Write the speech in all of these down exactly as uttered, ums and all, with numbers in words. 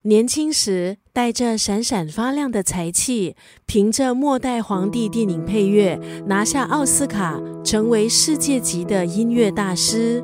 年轻时带着闪闪发亮的才气，凭着《末代皇帝》电影配乐拿下奥斯卡，成为世界级的音乐大师。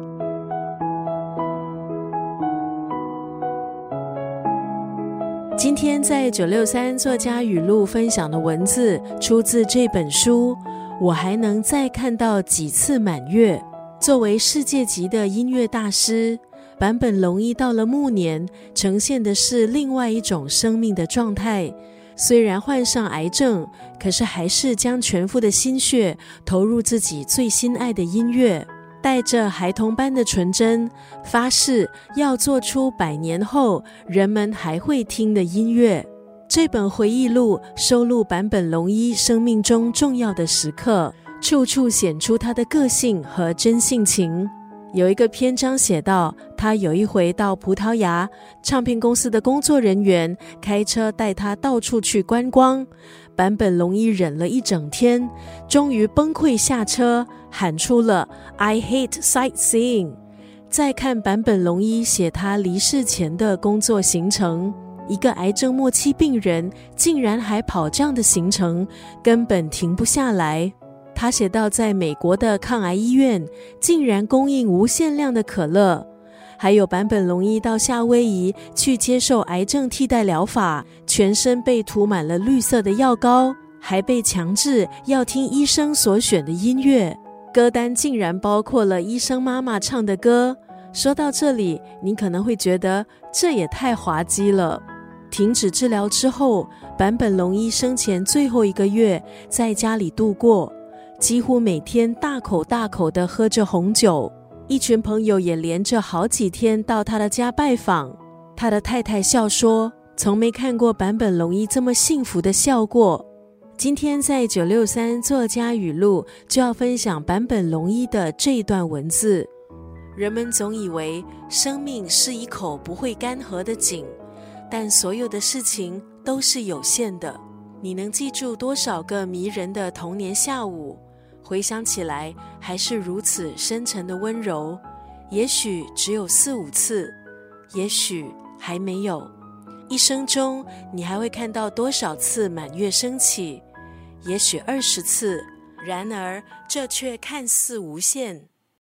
今天在九六三作家语录分享的文字出自这本书，我还能再看到几次满月。作为世界级的音乐大师，坂本龙一到了暮年，呈现的是另外一种生命的状态。虽然患上癌症，可是还是将全副的心血投入自己最心爱的音乐，带着孩童般的纯真，发誓要做出百年后人们还会听的音乐。这本回忆录收录坂本龙一生命中重要的时刻，处处显出他的个性和真性情。有一个篇章写道，他有一回到葡萄牙，唱片公司的工作人员开车带他到处去观光，坂本龙一忍了一整天，终于崩溃下车，喊出了 I hate sightseeing。 再看坂本龙一写他离世前的工作行程，一个癌症末期病人竟然还跑这样的行程，根本停不下来。他写到，在美国的抗癌医院竟然供应无限量的可乐，还有坂本龙一到夏威夷去接受癌症替代疗法，全身被涂满了绿色的药膏，还被强制要听医生所选的音乐，歌单竟然包括了医生妈妈唱的歌。说到这里，你可能会觉得这也太滑稽了。停止治疗之后，坂本龙一生前最后一个月在家里度过，几乎每天大口大口地喝着红酒，一群朋友也连着好几天到他的家拜访。他的太太笑说，从没看过坂本龙一这么幸福的笑过。今天在九六三作家语录就要分享坂本龙一的这一段文字。人们总以为生命是一口不会干涸的井，但所有的事情都是有限的。你能记住多少个迷人的童年下午？回想起来还是如此深沉的温柔，也许只有四五次，也许还没有。一生中你还会看到多少次满月升起？也许二十次，然而这却看似无限。